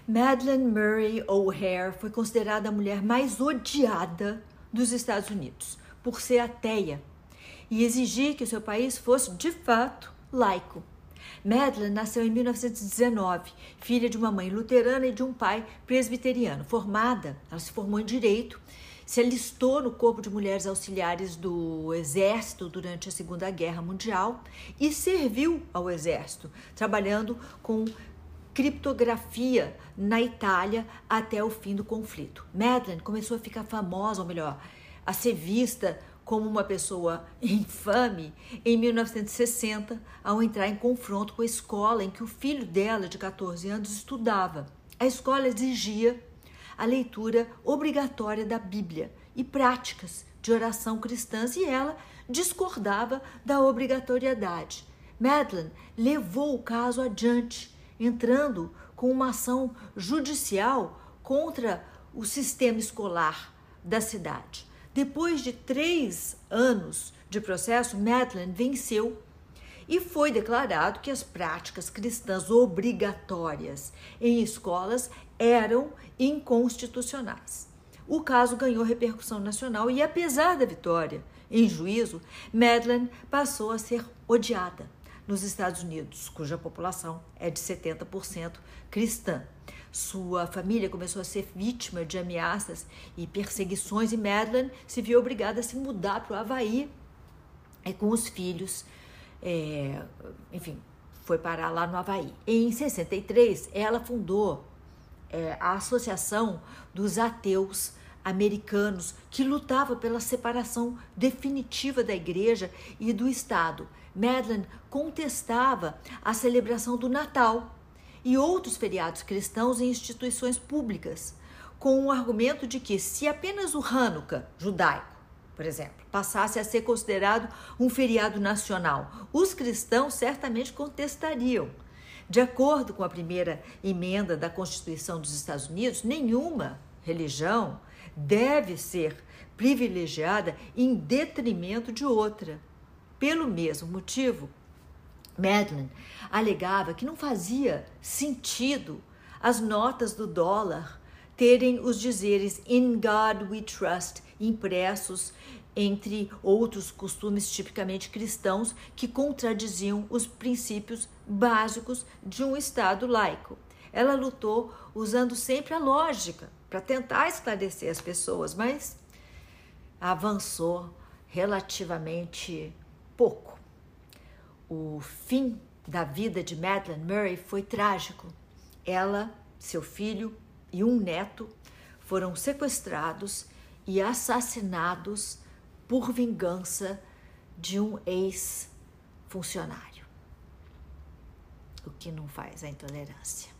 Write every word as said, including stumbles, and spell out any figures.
Madeleine Murray O'Hair foi considerada a mulher mais odiada dos Estados Unidos por ser ateia e exigir que o seu país fosse, de fato, laico. Madeleine nasceu em mil novecentos e dezenove, filha de uma mãe luterana e de um pai presbiteriano. Formada, ela se formou em Direito, se alistou no Corpo de Mulheres Auxiliares do Exército durante a Segunda Guerra Mundial e serviu ao Exército, trabalhando com criptografia na Itália até o fim do conflito. Madeleine começou a ficar famosa, ou melhor, a ser vista como uma pessoa infame em mil novecentos e sessenta, ao entrar em confronto com a escola em que o filho dela, de quatorze anos, estudava. A escola exigia a leitura obrigatória da Bíblia e práticas de oração cristãs e ela discordava da obrigatoriedade. Madeleine levou o caso adiante, entrando com uma ação judicial contra o sistema escolar da cidade. Depois de três anos de processo, Madeleine venceu e foi declarado que as práticas cristãs obrigatórias em escolas eram inconstitucionais. O caso ganhou repercussão nacional e, apesar da vitória em juízo, Madeleine passou a ser odiada nos Estados Unidos, cuja população é de setenta por cento cristã. Sua família começou a ser vítima de ameaças e perseguições e Madeleine se viu obrigada a se mudar para o Havaí é, com os filhos. É, enfim, foi parar lá no Havaí. Em sessenta e três, ela fundou é, a Associação dos Ateus Americanos, que lutava pela separação definitiva da igreja e do Estado. Madeleine contestava a celebração do Natal e outros feriados cristãos em instituições públicas, com o argumento de que se apenas o Hanukkah judaico, por exemplo, passasse a ser considerado um feriado nacional, os cristãos certamente contestariam. De acordo com a primeira emenda da Constituição dos Estados Unidos, nenhuma religião deve ser privilegiada em detrimento de outra. Pelo mesmo motivo, Madeleine alegava que não fazia sentido as notas do dólar terem os dizeres "In God we trust" impressos, entre outros costumes tipicamente cristãos que contradiziam os princípios básicos de um Estado laico. Ela lutou usando sempre a lógica para tentar esclarecer as pessoas, mas avançou relativamente pouco. O fim da vida de Madeleine Murray foi trágico. Ela, seu filho e um neto foram sequestrados e assassinados por vingança de um ex-funcionário. O que não faz a intolerância.